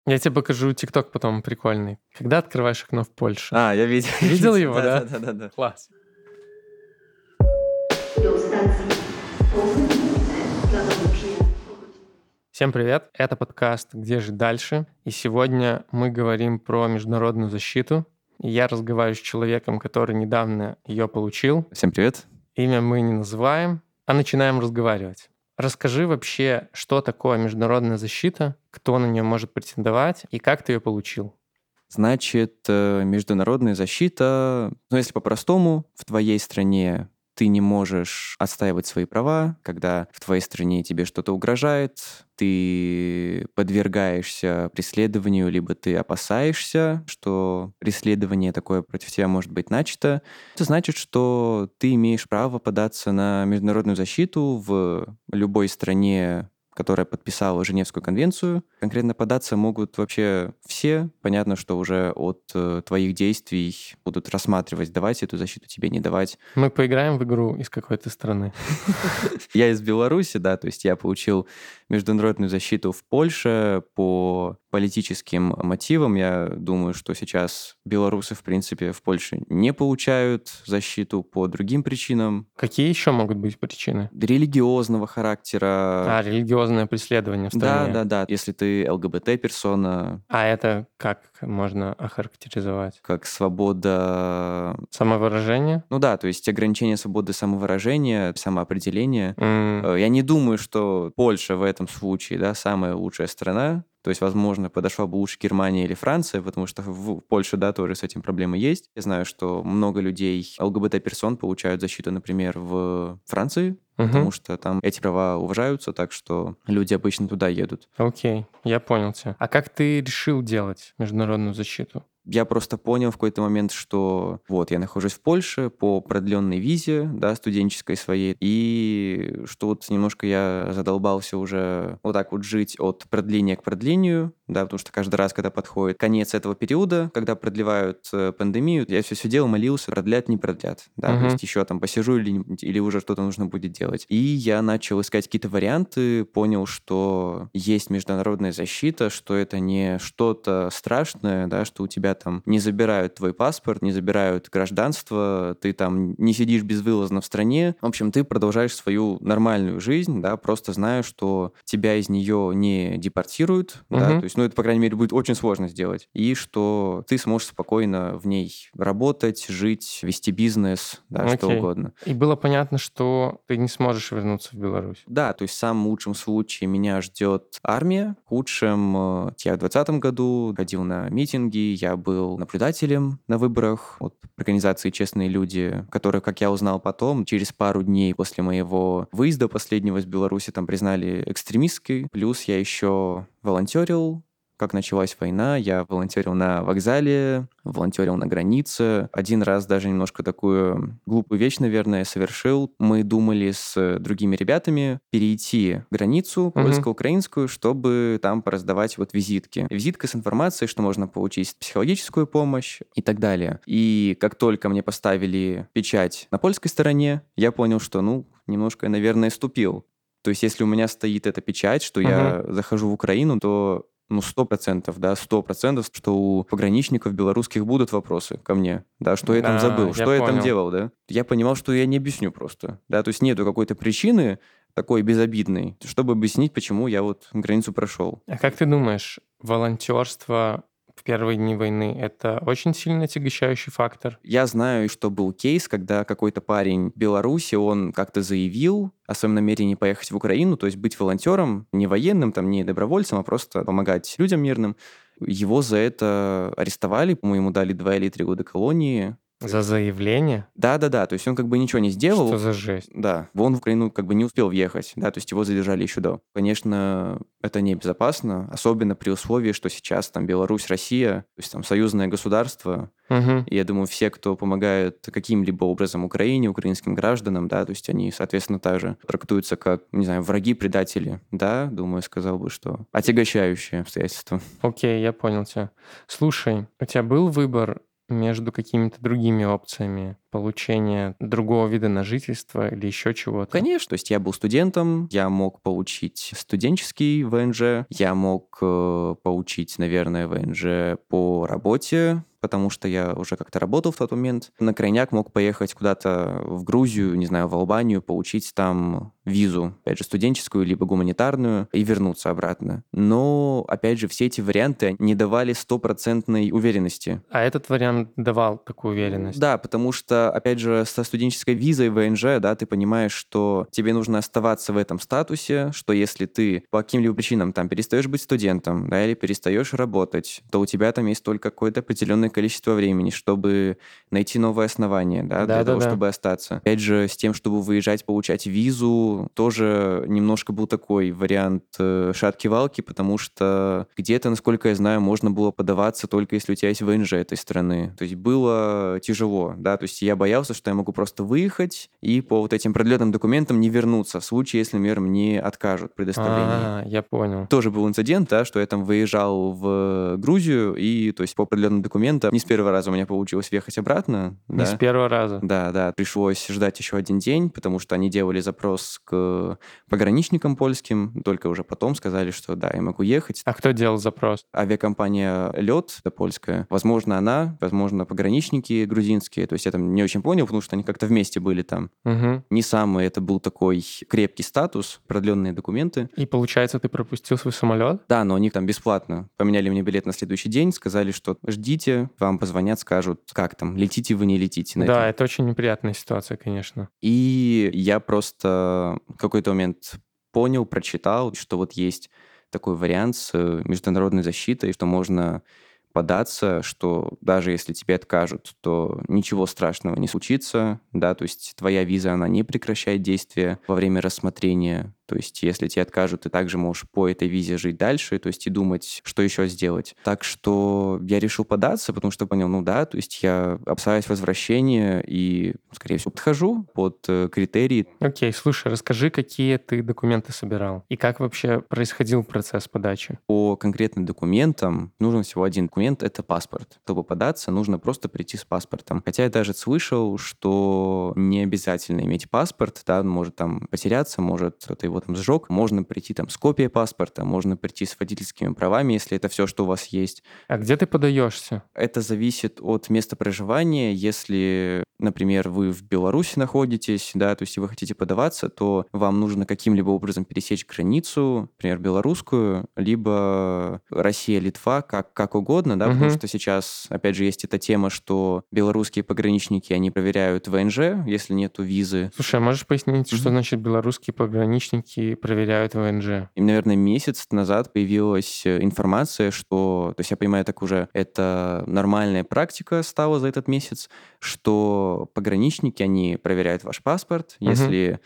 Я тебе покажу ТикТок потом прикольный. Когда открываешь окно в Польше. Я видел. Видел его, да? Да. Класс. Всем привет, это подкаст «Где жить дальше?». И сегодня мы говорим про международную защиту. И я разговариваю с человеком, который недавно ее получил. Всем привет. Имя мы не называем, а начинаем разговаривать. Расскажи вообще, что такое международная защита, кто на нее может претендовать и как ты ее получил. Значит, международная защита, если по-простому, в твоей стране ты не можешь отстаивать свои права, когда в твоей стране тебе что-то угрожает, ты подвергаешься преследованию, либо ты опасаешься, что преследование такое против тебя может быть начато, это значит, что ты имеешь право податься на международную защиту в любой стране, которая подписала Женевскую конвенцию. Конкретно податься могут вообще все. Понятно, что уже от твоих действий будут рассматривать, давать эту защиту тебе, не давать. Мы поиграем в игру из какой-то страны. Я из Беларуси, да, то есть я получил международную защиту в Польше по политическим мотивам. Я думаю, что сейчас белорусы, в принципе, в Польше не получают защиту по другим причинам. Какие еще могут быть причины? Религиозного характера. Религиозное преследование в стране. Да. Если ты ЛГБТ-персона. А это как можно охарактеризовать? Как свобода... Самовыражение? Ну да, то есть ограничение свободы самовыражения, самоопределения. М. Я не думаю, что Польша в этом случае, да, самая лучшая страна. То есть, возможно, подошла бы лучше Германия или Франция, потому что в Польше, да, тоже с этим проблемы есть. Я знаю, что много людей, ЛГБТ-персон, получают защиту, например, в Франции, потому что там эти права уважаются, так что люди обычно туда едут. Окей, я понял тебя. А как ты решил делать международную защиту? Я просто понял в какой-то момент, что вот я нахожусь в Польше по продленной визе, да, студенческой своей, и что вот немножко я задолбался уже вот так вот жить от продления к продлению, да, потому что каждый раз, когда подходит конец этого периода, когда продлевают пандемию, я все сидел, молился, продлят, не продлят, да, то есть еще там посижу или уже что-то нужно будет делать. И я начал искать какие-то варианты, понял, что есть международная защита, что это не что-то страшное, да, что у тебя там не забирают твой паспорт, не забирают гражданство, ты там не сидишь безвылазно в стране. В общем, ты продолжаешь свою нормальную жизнь, да, просто зная, что тебя из нее не депортируют, да, то есть, ну, это, по крайней мере, будет очень сложно сделать, и что ты сможешь спокойно в ней работать, жить, вести бизнес, да, что угодно. И было понятно, что ты не сможешь вернуться в Беларусь. Да, то есть в самом лучшем случае меня ждет армия, в худшем я в 2020 году ходил на митинги, я был наблюдателем на выборах от организации «Честные люди», которая, как я узнал потом, через пару дней после моего выезда последнего из Беларуси там признали экстремистской. Плюс я еще волонтерил. Как началась война, я волонтерил на вокзале, волонтерил на границе. Один раз даже немножко такую глупую вещь, наверное, совершил. Мы думали с другими ребятами перейти границу польско-украинскую, чтобы там пораздавать вот визитки. Визитка с информацией, что можно получить психологическую помощь и так далее. И как только мне поставили печать на польской стороне, я понял, что, немножко, наверное, ступил. То есть если у меня стоит эта печать, что я захожу в Украину, то 100%, что у пограничников белорусских будут вопросы ко мне, да, что я там забыл, что я там делал, да. Я понимал, что я не объясню просто, да, то есть нету какой-то причины такой безобидной, чтобы объяснить, почему я вот границу прошел. А как ты думаешь, волонтерство в первые дни войны — это очень сильно отягощающий фактор? Я знаю, что был кейс, когда какой-то парень в Беларуси, он как-то заявил о своем намерении поехать в Украину, то есть быть волонтером, не военным, там, не добровольцем, а просто помогать людям мирным. Его за это арестовали, по-моему, ему дали 2 или 3 года колонии. За заявление? Да, то есть он как бы ничего не сделал. Что за жесть? Да, он в Украину как бы не успел въехать, да, то есть его задержали еще до. Конечно, это небезопасно, особенно при условии, что сейчас там Беларусь, Россия, то есть там союзное государство. И я думаю, все, кто помогает каким-либо образом Украине, украинским гражданам, да, то есть они, соответственно, также трактуются как, не знаю, враги, предатели, да, думаю, сказал бы, что отягощающие обстоятельства. Окей, я понял тебя. Слушай, у тебя был выбор между какими-то другими опциями? получения другого вида на жительство или еще чего-то? Конечно, то есть я был студентом, я мог получить студенческий ВНЖ, я мог получить, наверное, ВНЖ по работе, потому что я уже как-то работал в тот момент. На крайняк мог поехать куда-то в Грузию, не знаю, в Албанию, получить там визу, опять же, студенческую, либо гуманитарную, и вернуться обратно. Но, опять же, все эти варианты не давали стопроцентной уверенности. А этот вариант давал такую уверенность? Да, потому что, опять же, со студенческой визой ВНЖ, да, ты понимаешь, что тебе нужно оставаться в этом статусе, что если ты по каким-либо причинам там перестаешь быть студентом, да, или перестаешь работать, то у тебя там есть только какое-то определенное количество времени, чтобы найти новое основание, да, для того, Да-да-да. чтобы остаться. Опять же, с тем, чтобы выезжать, получать визу, тоже немножко был такой вариант шатки-валки, потому что где-то, насколько я знаю, можно было подаваться только если у тебя есть ВНЖ этой страны. То есть было тяжело, да, то есть я боялся, что я могу просто выехать и по вот этим продленным документам не вернуться в случае, если, например, мне откажут в предоставлении. Я понял. Тоже был инцидент, да, что я там выезжал в Грузию, и, то есть, по определенным документам не с первого раза у меня получилось въехать обратно, Не с да. первого раза. Да, пришлось ждать еще один день, потому что они делали запрос к пограничникам польским, только уже потом сказали, что да, я могу ехать. А кто делал запрос? Авиакомпания «Лёд», это польская, возможно, она, возможно, пограничники грузинские, то есть я там не очень понял, потому что они как-то вместе были там. Угу. Не самый это был такой крепкий статус, продленные документы. И получается, ты пропустил свой самолет? Да, но они там бесплатно поменяли мне билет на следующий день, сказали, что ждите, вам позвонят, скажут, как там, летите вы, не летите на Да, этом. это очень неприятная ситуация, конечно. И я просто в какой-то момент понял, прочитал, что вот есть такой вариант с международной защитой, что можно податься, что даже если тебе откажут, то ничего страшного не случится, да, то есть твоя виза, она не прекращает действие во время рассмотрения, то есть если тебе откажут, ты также можешь по этой визе жить дальше, то есть и думать, что еще сделать. Так что я решил податься, потому что понял, ну да, то есть я опасаюсь возвращения и, скорее всего, подхожу под критерии. Окей, слушай, расскажи, какие ты документы собирал и как вообще происходил процесс подачи? По конкретным документам нужен всего один документ — это паспорт. Чтобы податься, нужно просто прийти с паспортом. Хотя я даже слышал, что не обязательно иметь паспорт, да, он может там потеряться, может кто-то его там сжег. Можно прийти там с копией паспорта, можно прийти с водительскими правами, если это все, что у вас есть. А где ты подаешься? Это зависит от места проживания. Если, например, вы в Беларуси находитесь, да, то есть если вы хотите подаваться, то вам нужно каким-либо образом пересечь границу, например, белорусскую, либо Россия, Литва, как угодно, да, потому что сейчас, опять же, есть эта тема, что белорусские пограничники, они проверяют ВНЖ, если нету визы. Слушай, а можешь пояснить, что значит белорусские пограничники проверяют ВНЖ? И, наверное, месяц назад появилась информация, что, то есть я понимаю, так уже это нормальная практика стала за этот месяц, что пограничники, они проверяют ваш паспорт, если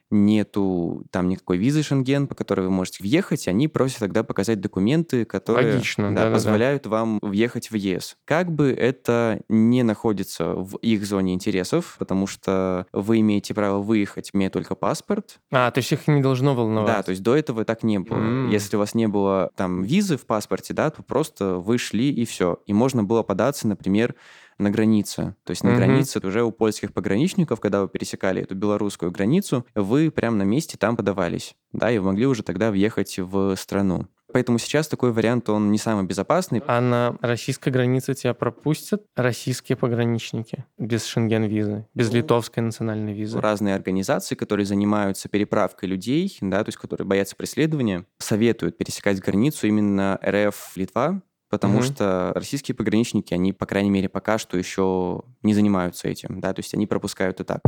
нету там никакой визы Шенген, по которой вы можете въехать, они просят тогда показать документы, которые Логично, да, да-да-да. позволяют вам въехать в ЕС. Как бы это не находится в их зоне интересов, потому что вы имеете право выехать, имея только паспорт. То есть их не должно волновать? Да, то есть до этого так не было. Если у вас не было там визы в паспорте, да, то просто вы шли и все. И можно было податься, например, на границе. То есть на границе уже у польских пограничников, когда вы пересекали эту белорусскую границу, вы прямо на месте там подавались, да, и вы могли уже тогда въехать в страну. Поэтому сейчас такой вариант, он не самый безопасный. А на российской границе тебя пропустят российские пограничники без шенген-визы, без литовской национальной визы? Разные организации, которые занимаются переправкой людей, да, то есть которые боятся преследования, советуют пересекать границу именно РФ-Литва, потому что российские пограничники, они, по крайней мере, пока что еще не занимаются этим, да, то есть они пропускают и так.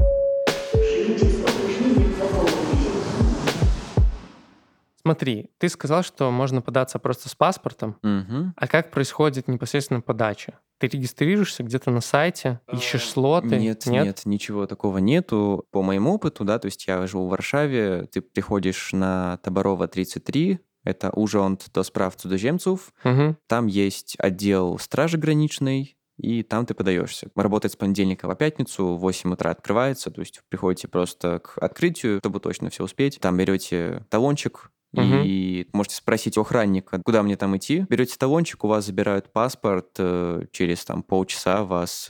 Смотри, ты сказал, что можно податься просто с паспортом. А как происходит непосредственно подача? Ты регистрируешься где-то на сайте, ищешь слоты? Нет, ничего такого нету. По моему опыту, да, то есть я живу в Варшаве, ты приходишь на Таборова 33, это Урząd do Spraw Cudzoziemców, там есть отдел стражи граничной, и там ты подаешься. Работает с понедельника по пятницу, в 8 утра открывается, то есть приходите просто к открытию, чтобы точно все успеть. Там берете талончик, Мгм. И можете спросить у охранника, куда мне там идти. Берете талончик, у вас забирают паспорт, через там полчаса вас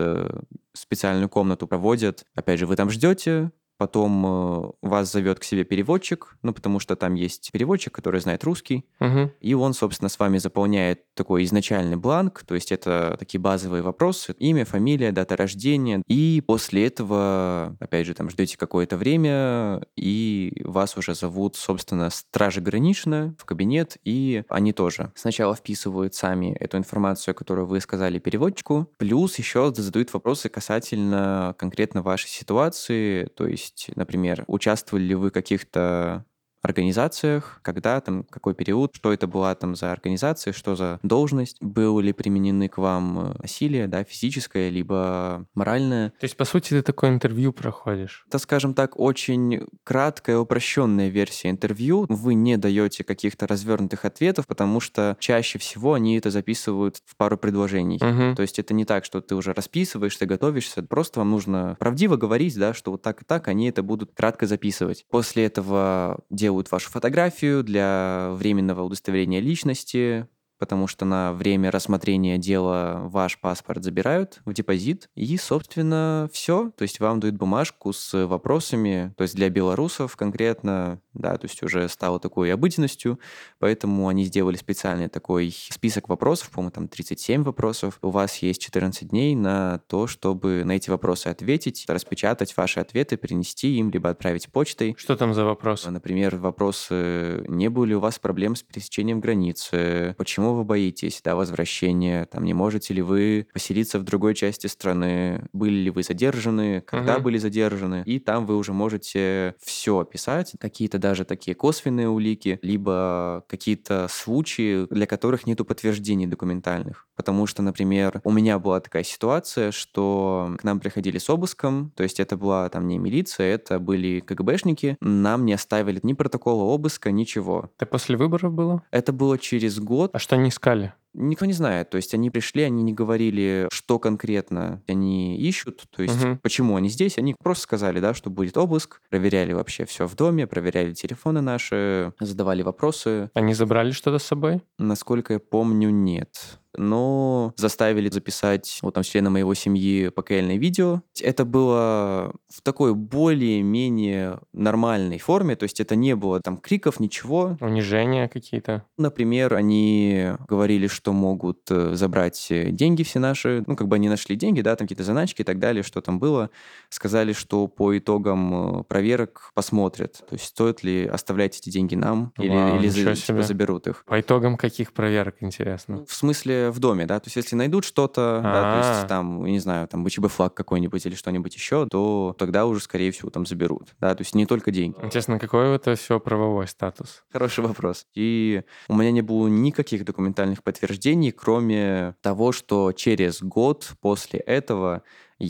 в специальную комнату проводят. Опять же, вы там ждете, потом вас зовет к себе переводчик, ну, потому что там есть переводчик, который знает русский, Мгм. и он, собственно, с вами заполняет такой изначальный бланк, то есть это такие базовые вопросы: имя, фамилия, дата рождения. И после этого, опять же, там ждете какое-то время, и вас уже зовут, собственно, стражи граничная в кабинет, и они тоже сначала вписывают сами эту информацию, которую вы сказали переводчику, плюс еще задают вопросы касательно конкретно вашей ситуации, то есть, например, участвовали ли вы в каких-то организациях, когда там, какой период, что это была там за организация, что за должность, было ли применены к вам насилие, да, физическое, либо моральное. То есть, по сути, ты такое интервью проходишь. Это, скажем так, очень краткая, упрощенная версия интервью. Вы не даете каких-то развернутых ответов, потому что чаще всего они это записывают в пару предложений. Мгм. То есть это не так, что ты уже расписываешь, ты готовишься, просто вам нужно правдиво говорить, да, что вот так и так, они это будут кратко записывать. После этого делают вашу фотографию для временного удостоверения личности, потому что на время рассмотрения дела ваш паспорт забирают в депозит, и, собственно, все. То есть вам дают бумажку с вопросами, то есть для белорусов конкретно, да, то есть уже стало такой обыденностью, поэтому они сделали специальный такой список вопросов, по-моему, там 37 вопросов. У вас есть 14 дней на то, чтобы на эти вопросы ответить, распечатать ваши ответы, принести им, либо отправить почтой. Что там за вопрос? Например, вопросы: не было ли у вас проблем с пересечением границы, почему вы боитесь, да, возвращения, там, не можете ли вы поселиться в другой части страны, были ли вы задержаны, когда Мгм. были задержаны, и там вы уже можете все описать, какие-то даже такие косвенные улики, либо какие-то случаи, для которых нету подтверждений документальных. Потому что, например, у меня была такая ситуация, что к нам приходили с обыском, то есть это была там не милиция, это были КГБшники, нам не оставили ни протокола обыска, ничего. Это после выборов было? Это было через год. А что они искали? Никто не знает. То есть они пришли, они не говорили, что конкретно они ищут, то есть Мгм. почему они здесь. Они просто сказали, да, что будет обыск, проверяли вообще все в доме, проверяли телефоны наши, задавали вопросы. Они забрали что-то с собой? Насколько я помню, нет. Но заставили записать вот там членам моего семьи ПКЛ-ное видео. Это было в такой более-менее нормальной форме, то есть это не было там криков, ничего. Унижения какие-то? Например, они говорили, что могут забрать деньги все наши. Ну, как бы они нашли деньги, да, там какие-то заначки и так далее, что там было. Сказали, что по итогам проверок посмотрят. То есть стоит ли оставлять эти деньги нам Вау, или ничего типа себе. заберут их. По итогам каких проверок, интересно? В смысле, в доме, да, то есть если найдут что-то, да, то есть А, там, не знаю, там ВЧБ-флаг какой-нибудь или что-нибудь еще, то тогда уже, скорее всего, там заберут, да, то есть не только деньги. интересно, какой у этого всего правовой статус? Хороший вопрос. И у меня не было никаких документальных подтверждений, кроме того, что через год после этого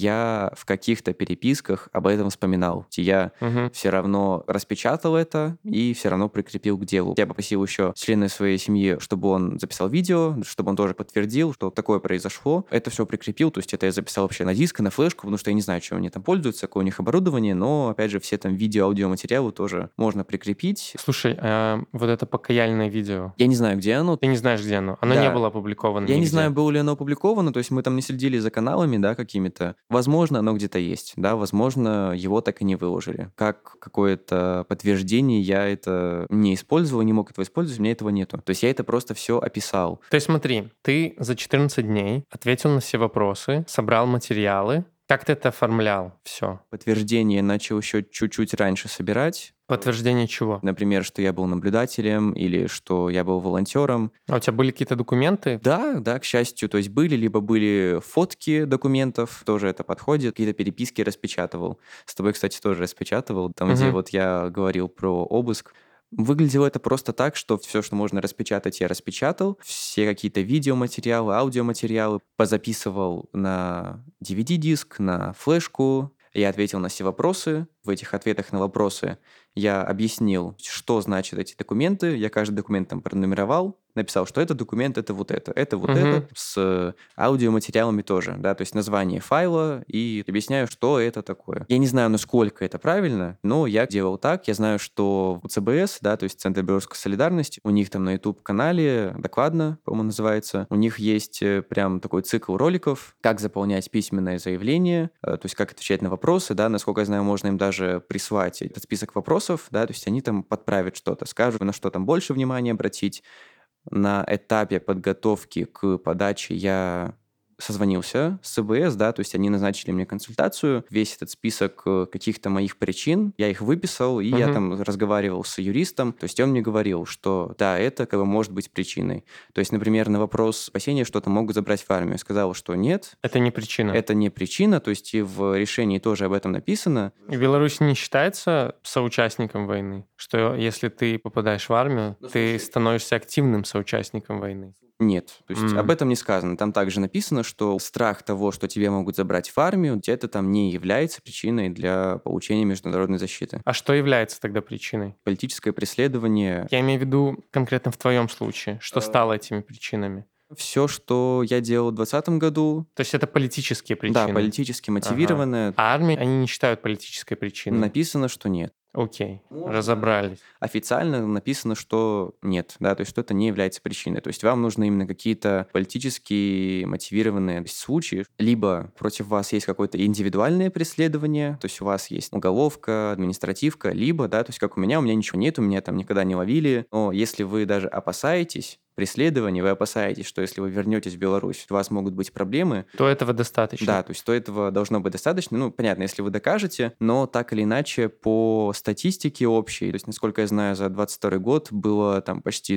я в каких-то переписках об этом вспоминал. Я Мгм. все равно распечатал это и все равно прикрепил к делу. Я попросил еще члена своей семьи, чтобы он записал видео, чтобы он тоже подтвердил, что такое произошло. Это все прикрепил, то есть это я записал вообще на диск, на флешку, потому что я не знаю, чем они там пользуются, какое у них оборудование, но, опять же, все там видео-аудиоматериалы тоже можно прикрепить. Слушай, а вот это покаяльное видео, Я не знаю, где оно. ты не знаешь, где оно? Оно не Да. было опубликовано Я не нигде. знаю, было ли оно опубликовано, то есть мы там не следили за каналами, да, какими-то. Возможно, оно где-то есть, да, возможно, его так и не выложили. Как какое-то подтверждение я это не использовал, не мог этого использовать, у меня этого нету. То есть я это просто все описал. То есть смотри, ты за 14 дней ответил на все вопросы, собрал материалы. Как ты это оформлял? Все. Подтверждение начал еще чуть-чуть раньше собирать. Подтверждение чего? Например, что я был наблюдателем или что я был волонтером. А у тебя были какие-то документы? Да, да, к счастью, то есть были, либо были фотки документов, тоже это подходит, какие-то переписки распечатывал. С тобой, кстати, тоже распечатывал, там, где Мгм. вот я говорил про обыск. Выглядело это просто так, что все, что можно распечатать, я распечатал. Все какие-то видеоматериалы, аудиоматериалы позаписывал на DVD-диск, на флешку. Я ответил на все вопросы. в этих ответах на вопросы я объяснил, что значат эти документы. Я каждый документ там пронумеровал, написал, что это документ, это вот это, с аудиоматериалами тоже, да, то есть название файла, и объясняю, что это такое. Я не знаю, насколько это правильно, но я делал так. Я знаю, что в ЦБС, да, то есть Центр Белорусской солидарности, у них там на YouTube-канале «Докладно», по-моему, называется, у них есть прям такой цикл роликов, как заполнять письменное заявление, то есть как отвечать на вопросы, да, насколько я знаю, можно им даже прислать этот список вопросов, да, то есть они там подправят что-то, скажут, на что там больше внимания обратить. На этапе подготовки к подаче я созвонился с ЦБС, да, то есть они назначили мне консультацию, весь этот список каких-то моих причин, я их выписал, и я там разговаривал с юристом, то есть он мне говорил, что да, это как бы может быть причиной. То есть, например, на вопрос спасения что-то могут забрать в армию, сказал, что нет. Это не причина. Это не причина, то есть и в решении тоже об этом написано. И Беларусь не считается соучастником войны, что если ты попадаешь в армию, ты становишься активным соучастником войны. Нет, то есть об этом не сказано. Там также написано, что страх того, что тебя могут забрать в армию, это там не является причиной для получения международной защиты. А что является тогда причиной? Политическое преследование. Я имею в виду конкретно в твоем случае. Что стало этими причинами? Все, что я делал в 2020 году. То есть это политические причины? Да, политически мотивированное. А армии они не считают политической причиной? Написано, что нет. Окей, разобрались. Официально написано, что нет, да, то есть что это не является причиной. То есть вам нужны именно какие-то политически мотивированные случаи, либо против вас есть какое-то индивидуальное преследование, то есть у вас есть уголовка, административка, либо, да, то есть как у меня ничего нет, у меня там никогда не ловили, но если вы даже опасаетесь преследования, вы опасаетесь, что если вы вернетесь в Беларусь, у вас могут быть проблемы. То этого достаточно. Да, то есть то этого должно быть достаточно. Ну, понятно, если вы докажете, но так или иначе по статистике общей, то есть, насколько я знаю, за 22 год было там почти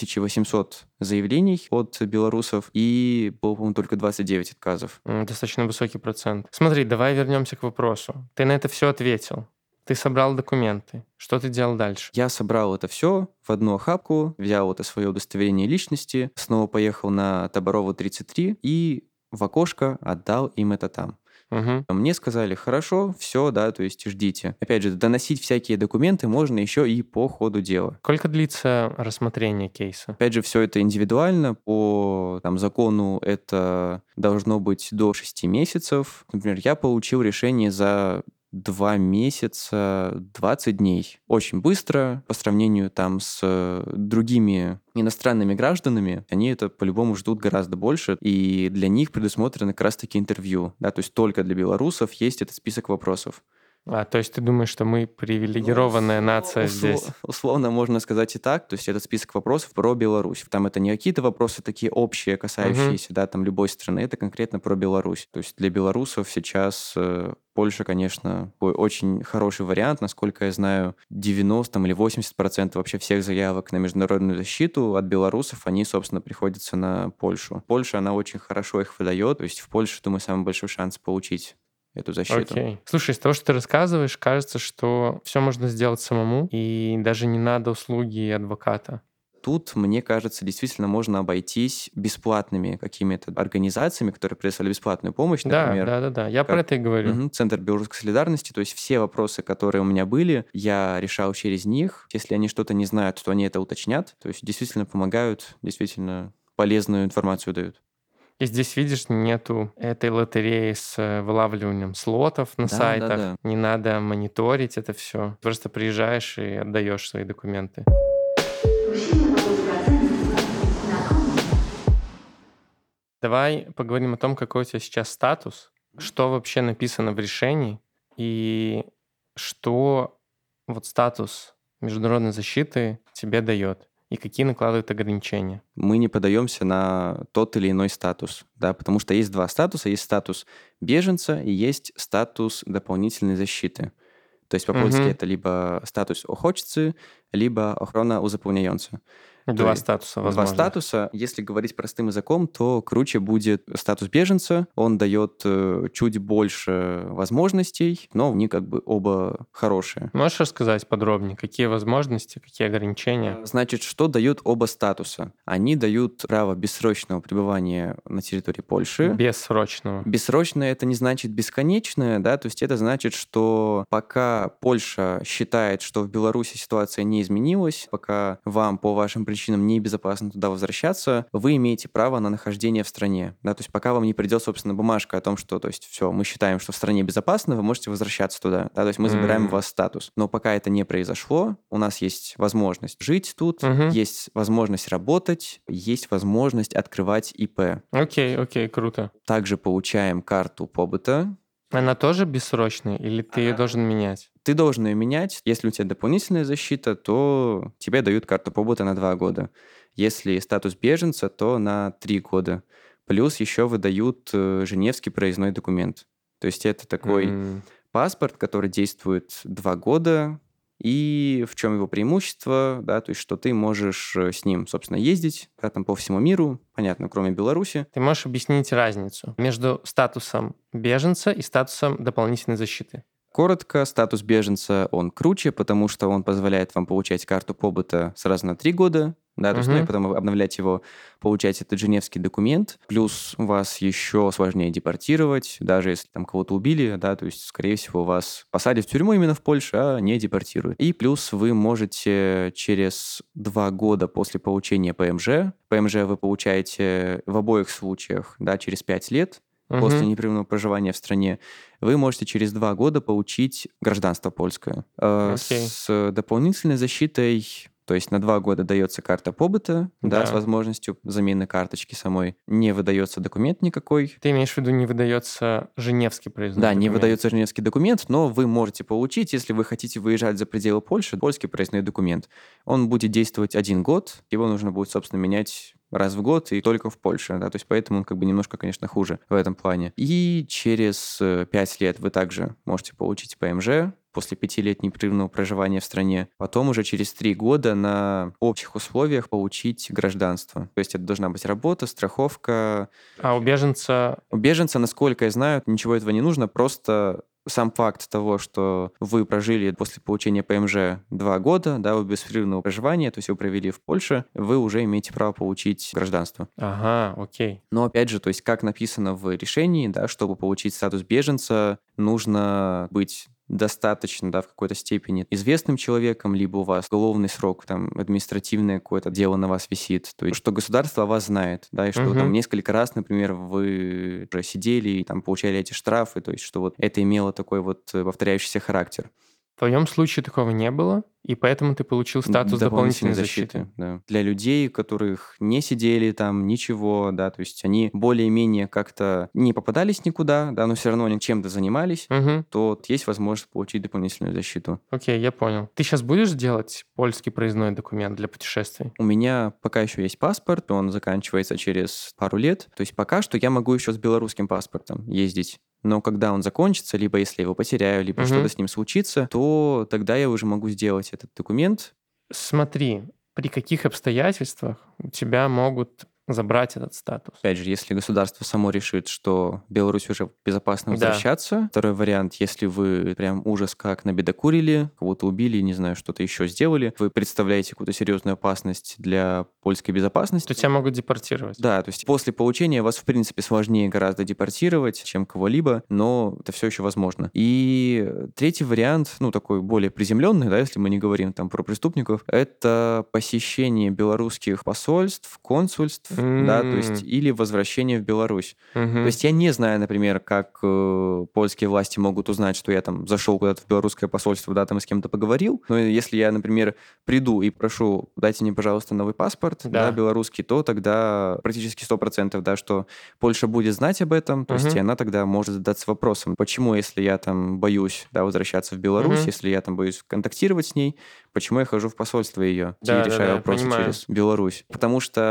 3800 заявлений от белорусов, и было, по-моему, только 29 отказов. Достаточно высокий процент. Смотри, давай вернемся к вопросу. Ты на это все ответил. Ты собрал документы. Что ты делал дальше? Я собрал это все в одну охапку, взял это свое удостоверение личности, снова поехал на Табарова 33 и в окошко отдал им это там. Мне сказали, хорошо, все, да, то есть ждите. Опять же, доносить всякие документы можно еще и по ходу дела. Сколько длится рассмотрение кейса? Опять же, все это индивидуально. По закону это должно быть до 6 месяцев. Например, я получил решение за 2 месяца 20 дней. Очень быстро по сравнению там с другими иностранными гражданами. Они это по-любому ждут гораздо больше, и для них предусмотрено как раз-таки интервью. Да, то есть только для белорусов есть этот список вопросов. То есть ты думаешь, что мы привилегированная нация здесь? Условно можно сказать и так. То есть этот список вопросов про Беларусь. Там это не какие-то вопросы такие общие, касающиеся да, там любой страны. Это конкретно про Беларусь. То есть для белорусов сейчас Польша, конечно, очень хороший вариант. Насколько я знаю, 90 или 80% вообще всех заявок на международную защиту от белорусов, они, собственно, приходятся на Польшу. Польша, она очень хорошо их выдает. То есть в Польше, думаю, самый большой шанс получить эту защиту. Окей. Слушай, из того, что ты рассказываешь, кажется, что все можно сделать самому, и даже не надо услуги адвоката. Тут, мне кажется, действительно можно обойтись бесплатными какими-то организациями, которые предоставляют бесплатную помощь, например. Да. Я про это и говорю. Центр Белорусской солидарности. То есть все вопросы, которые у меня были, я решал через них. Если они что-то не знают, то они это уточнят. То есть действительно помогают, действительно полезную информацию дают. И здесь, видишь, нету этой лотереи с вылавливанием слотов на сайтах. Да. Не надо мониторить это все. Просто приезжаешь и отдаешь свои документы. Давай поговорим о том, какой у тебя сейчас статус, что вообще написано в решении, и что вот статус международной защиты тебе дает, и какие накладывают ограничения. Мы не подаемся на тот или иной статус, да, потому что есть два статуса. Есть статус беженца и есть статус дополнительной защиты. То есть по-польски это либо статус охочцы, либо охрана узаполняjąca. Два статуса, Два возможно. статуса. Если говорить простым языком, то круче будет статус беженца. Он дает чуть больше возможностей, но они как бы оба хорошие. Можешь рассказать подробнее, какие возможности, какие ограничения? Значит, что дают оба статуса? Они дают право бессрочного пребывания на территории Польши. Бессрочного. Бессрочное — это не значит бесконечное, да, то есть это значит, что пока Польша считает, что в Беларуси ситуация не изменилась, пока вам по вашим причинам небезопасно туда возвращаться, вы имеете право на нахождение в стране, да, то есть пока вам не придет, собственно, бумажка о том, что, то есть все, мы считаем, что в стране безопасно, вы можете возвращаться туда, да, то есть мы забираем у вас статус. Но пока это не произошло, у нас есть возможность жить тут, есть возможность работать, есть возможность открывать ИП. Окей, круто. Также получаем карту побыта. Она тоже бессрочная или ты ее должен менять? Ты должен ее менять. Если у тебя дополнительная защита, то тебе дают карту побыта на 2 года. Если статус беженца, то на 3 года. Плюс еще выдают Женевский проездной документ. То есть это такой паспорт, который действует 2 года. И в чем его преимущество, да, то есть что ты можешь с ним, собственно, ездить, да, там по всему миру, понятно, кроме Беларуси. Ты можешь объяснить разницу между статусом беженца и статусом дополнительной защиты? Коротко, статус беженца, он круче, потому что он позволяет вам получать карту побыта сразу на 3 года, да, то есть, ну и потом обновлять его, получать этот женевский документ. Плюс вас еще сложнее депортировать, даже если там кого-то убили, да, то есть, скорее всего, вас посадят в тюрьму именно в Польше, а не депортируют. И плюс вы можете через 2 года после получения ПМЖ вы получаете в обоих случаях, да, через 5 лет, после непрерывного проживания в стране, вы можете через 2 года получить гражданство польское. С дополнительной защитой, то есть на 2 года дается карта побыта, да, с возможностью замены карточки самой. Не выдается документ никакой. Ты имеешь в виду, не выдается Женевский проездной документ? Да, не выдается Женевский документ, но вы можете получить, если вы хотите выезжать за пределы Польши, польский проездной документ. Он будет действовать 1 год, его нужно будет, собственно, менять раз в год и только в Польше, да, то есть поэтому он как бы немножко, конечно, хуже в этом плане. И через 5 лет вы также можете получить ПМЖ после 5 лет непрерывного проживания в стране. Потом уже через 3 года на общих условиях получить гражданство. То есть это должна быть работа, страховка. А у беженца... У беженца, насколько я знаю, ничего этого не нужно, просто сам факт того, что вы прожили после получения ПМЖ 2 года, да, беспрерывного проживания, то есть вы провели в Польше, вы уже имеете право получить гражданство. Ага, окей. Но опять же, то есть как написано в решении, да, чтобы получить статус беженца, нужно быть достаточно, да, в какой-то степени известным человеком, либо у вас уголовный срок, там, административное какое-то дело на вас висит, то есть что государство о вас знает, да, и что там несколько раз, например, вы уже сидели и там получали эти штрафы, то есть что вот это имело такой вот повторяющийся характер. В твоем случае такого не было, и поэтому ты получил статус дополнительной защиты. Да. Для людей, которых не сидели там, ничего, да, то есть они более-менее как-то не попадались никуда, да, но все равно они чем-то занимались, то есть возможность получить дополнительную защиту. Окей, я понял. Ты сейчас будешь делать польский проездной документ для путешествий? У меня пока еще есть паспорт, он заканчивается через пару лет, то есть пока что я могу еще с белорусским паспортом ездить. Но когда он закончится, либо если я его потеряю, либо что-то с ним случится, то тогда я уже могу сделать этот документ. Смотри, при каких обстоятельствах у тебя могут забрать этот статус? Опять же, если государство само решит, что Беларусь уже безопасно возвращаться. Второй вариант, если вы прям ужас как набедокурили, кого-то убили, не знаю, что-то еще сделали, вы представляете какую-то серьезную опасность для польской безопасности. То тебя могут депортировать? Да, то есть после получения вас, в принципе, сложнее гораздо депортировать, чем кого-либо, но это все еще возможно. И третий вариант, ну, такой более приземленный, да, если мы не говорим там про преступников, это посещение белорусских посольств, консульств, да, то есть или возвращение в Беларусь. То есть я не знаю, например, как польские власти могут узнать, что я там зашел куда-то в белорусское посольство, да, там с кем-то поговорил, но если я, например, приду и прошу, дайте мне, пожалуйста, новый паспорт, да, белорусский, то тогда практически 100%, да, что Польша будет знать об этом, то есть и она тогда может задаться вопросом, почему, если я там боюсь, да, возвращаться в Беларусь, если я там боюсь контактировать с ней, почему я хожу в посольство ее и решаю вопросы через Беларусь. Потому что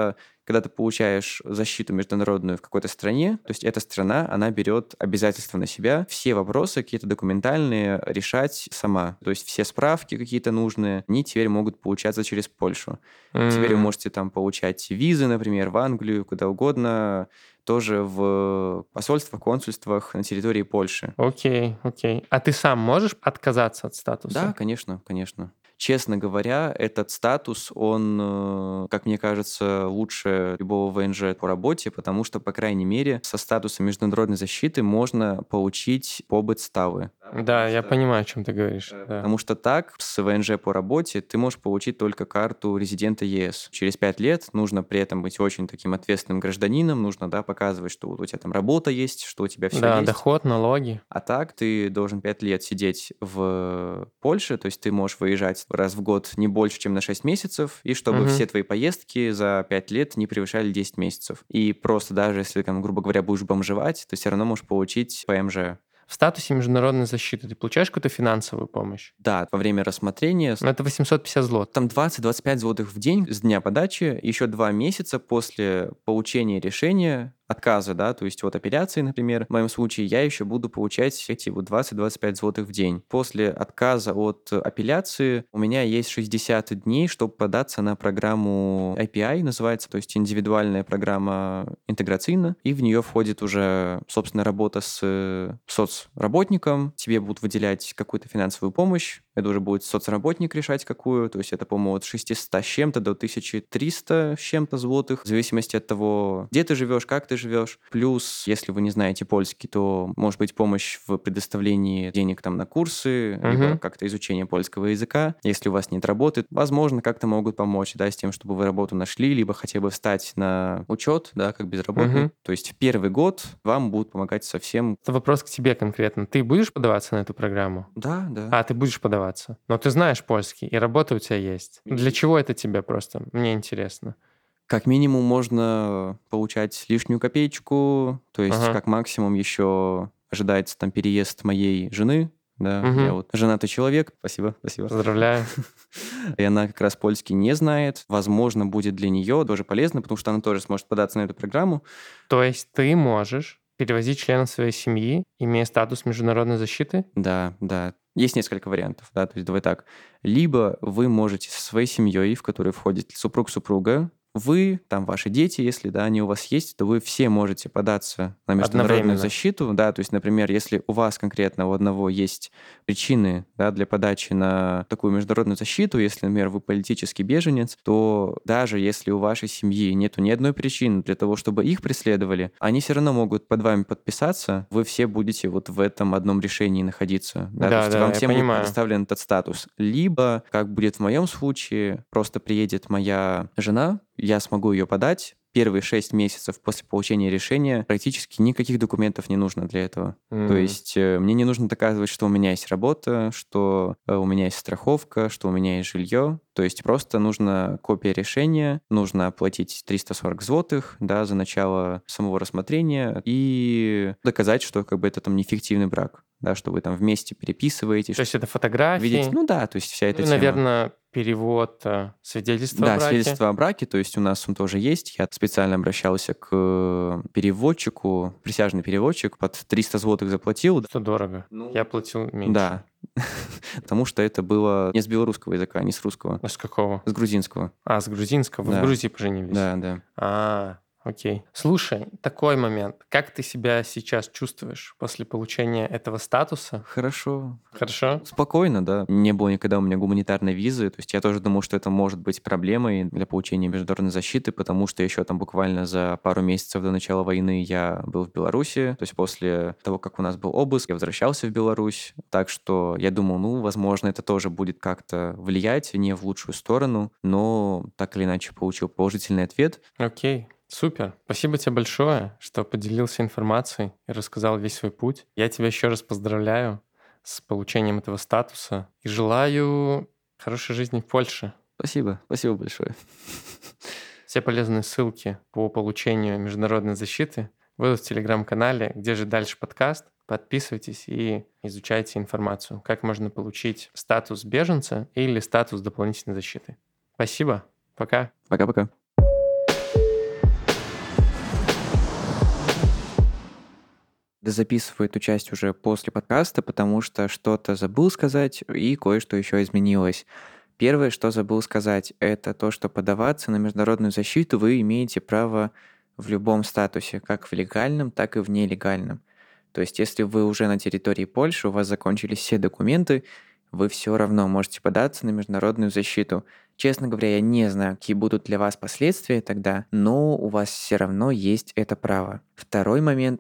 когда ты получаешь защиту международную в какой-то стране, то есть эта страна, она берет обязательства на себя все вопросы какие-то документальные решать сама. То есть все справки какие-то нужные, они теперь могут получаться через Польшу. Теперь вы можете там получать визы, например, в Англию, куда угодно, тоже в посольствах, консульствах на территории Польши. Окей. А ты сам можешь отказаться от Да, статуса? конечно, конечно. Честно говоря, этот статус, он, как мне кажется, лучше любого ВНЖ по работе, потому что, по крайней мере, со статусом международной защиты можно получить побыт ставы. Да, я понимаю, о чем ты говоришь. Да. Потому что так, с ВНЖ по работе ты можешь получить только карту резидента ЕС. Через 5 лет нужно при этом быть очень таким ответственным гражданином, нужно, да, показывать, что вот у тебя там работа есть, что у тебя все Да, есть. доход, налоги. А так ты должен 5 лет сидеть в Польше, то есть ты можешь выезжать раз в год не больше, чем на 6 месяцев, и чтобы Мгм. все твои поездки за 5 лет не превышали 10 месяцев. И просто даже если, там, грубо говоря, будешь бомжевать, ты все равно можешь получить ПМЖ. В статусе международной защиты ты получаешь какую-то финансовую помощь? Да, во время рассмотрения Ну, это 850 злот. там 20-25 злотых в день с дня подачи, еще 2 месяца после получения решения, отказа, да, то есть от апелляции, например, в моем случае я еще буду получать эти вот 20-25 злотых в день. После отказа от апелляции у меня есть 60 дней, чтобы податься на программу IPI, называется, то есть индивидуальная программа интеграционная, и в нее входит уже, собственно, работа с соцработником, тебе будут выделять какую-то финансовую помощь, это уже будет соцработник решать какую, то есть это, по-моему, от 600 с чем-то до 1300 с чем-то злотых, в зависимости от того, где ты живешь, как ты живешь. Плюс, если вы не знаете польский, то может быть помощь в предоставлении денег там на курсы, либо Мгм. как-то изучение польского языка. Если у вас нет работы, возможно, как-то могут помочь, да, с тем, чтобы вы работу нашли, либо хотя бы встать на учет, да, как безработный. Мгм. То есть в первый год вам будут помогать со всем. Это вопрос к тебе конкретно. Ты будешь подаваться на эту программу? Да, да. А, ты будешь подаваться. Но ты знаешь польский, и работа у тебя есть. Для чего это тебе просто? Мне интересно. Как минимум можно получать лишнюю копеечку, то есть Ага. как максимум еще ожидается там переезд моей жены, да, я Мгм. вот женатый человек, спасибо. Поздравляю. И она как раз польский не знает. Возможно, будет для нее тоже полезно, потому что она тоже сможет податься на эту программу. То есть ты можешь перевозить членов своей семьи, имея статус международной защиты? Да, да. Есть несколько вариантов, да, то есть давай так. Либо вы можете со своей семьей, в которой входит супруг-супруга, вы, там ваши дети, если, да, они у вас есть, то вы все можете податься на международную Одновременно. защиту, да, то есть, например, если у вас конкретно у одного есть причины, да, для подачи на такую международную защиту, если, например, вы политический беженец, то даже если у вашей семьи нету ни одной причины для того, чтобы их преследовали, они все равно могут под вами подписаться, вы все будете вот в этом одном решении находиться, да, то есть Да, вам я всем будет понимаю. предоставлен этот статус. Либо, как будет в моем случае, просто приедет моя жена, я смогу ее подать. Первые 6 месяцев после получения решения практически никаких документов не нужно для этого. То есть мне не нужно доказывать, что у меня есть работа, что у меня есть страховка, что у меня есть жилье. То есть просто нужна копия решения, нужно оплатить 340 злотых, да, за начало самого рассмотрения и доказать, что как бы это там не фиктивный брак, да, что вы там вместе переписываетесь. То есть это Видите, фотографии, ну да, то есть вся эта ну и, тема. наверное, перевод свидетельства о Да, браке. свидетельство о браке, то есть у нас он тоже есть. Я специально обращался к переводчику, присяжный переводчик, под 300 злотых заплатил. Что дорого. Я платил меньше. Да, потому что это было не с белорусского языка, не с русского, А с какого? с грузинского. А, с грузинского. Вы в Да. Грузии поженились? Да. Окей. Слушай, такой момент. Как ты себя сейчас чувствуешь после получения этого статуса? Хорошо. Хорошо? Спокойно, да. Не было никогда у меня гуманитарной визы, то есть я тоже думал, что это может быть проблемой для получения международной защиты, потому что еще там буквально за пару месяцев до начала войны я был в Беларуси, то есть после того, как у нас был обыск, я возвращался в Беларусь, так что я думал, ну, возможно, это тоже будет как-то влиять не в лучшую сторону, но так или иначе получил положительный ответ. Окей. Супер. Спасибо тебе большое, что поделился информацией и рассказал весь свой путь. Я тебя еще раз поздравляю с получением этого статуса и желаю хорошей жизни в Польше. Спасибо большое. Все полезные ссылки по получению международной защиты будут в телеграм-канале «Где же дальше подкаст?». Подписывайтесь и изучайте информацию, как можно получить статус беженца или статус дополнительной защиты. Спасибо. Пока. Пока-пока. записываю эту часть уже после подкаста, потому что что-то забыл сказать и кое-что еще изменилось. Первое, что забыл сказать, это то, что подаваться на международную защиту вы имеете право в любом статусе, как в легальном, так и в нелегальном. То есть, если вы уже на территории Польши, у вас закончились все документы, вы все равно можете податься на международную защиту. Честно говоря, я не знаю, какие будут для вас последствия тогда, но у вас все равно есть это право. Второй момент–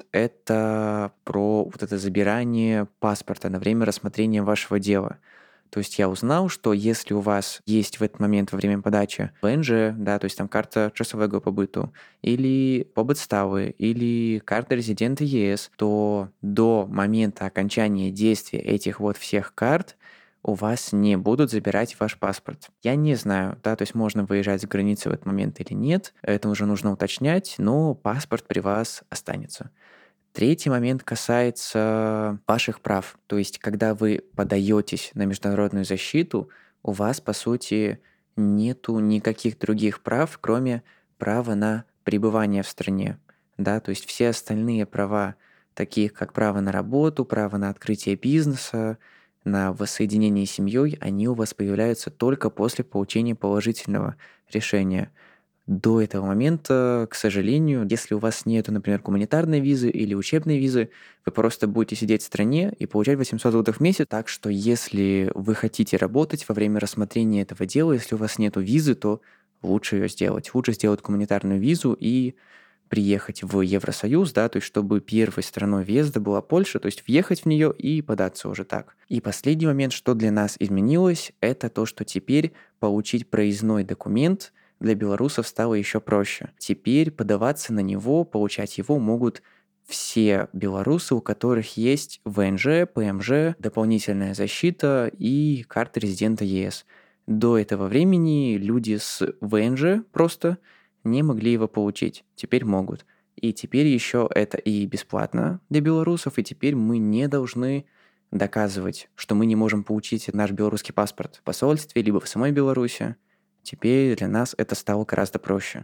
это про вот это забирание паспорта на время рассмотрения вашего дела. То есть я узнал, что если у вас есть в этот момент во время подачи ВНЖ, да, то есть там карта часового побыту, или побытставы, или карта резидента ЕС, то до момента окончания действия этих вот всех карт у вас не будут забирать ваш паспорт. Я не знаю, да, то есть можно выезжать с границы в этот момент или нет, это уже нужно уточнять, но паспорт при вас останется. Третий момент касается ваших прав. То есть, когда вы подаетесь на международную защиту, у вас, по сути, нету никаких других прав, кроме права на пребывание в стране. Да, то есть все остальные права, такие как право на работу, право на открытие бизнеса, на воссоединение с семьей, они у вас появляются только после получения положительного решения. До этого момента, к сожалению, если у вас нет, например, гуманитарной визы или учебной визы, вы просто будете сидеть в стране и получать 800 злотых в месяц. Так что если вы хотите работать во время рассмотрения этого дела, если у вас нет визы, то лучше ее сделать. Лучше сделать гуманитарную визу и приехать в Евросоюз, да, то есть чтобы первой страной въезда была Польша, то есть въехать в нее и податься уже так. И последний момент, что для нас изменилось, это то, что теперь получить проездной документ для белорусов стало еще проще. Теперь подаваться на него, получать его могут все белорусы, у которых есть ВНЖ, ПМЖ, дополнительная защита и карта резидента ЕС. До этого времени люди с ВНЖ просто не могли его получить. Теперь могут. И теперь еще это и бесплатно для белорусов, и теперь мы не должны доказывать, что мы не можем получить наш белорусский паспорт в посольстве, либо в самой Беларуси. Теперь для нас это стало гораздо проще.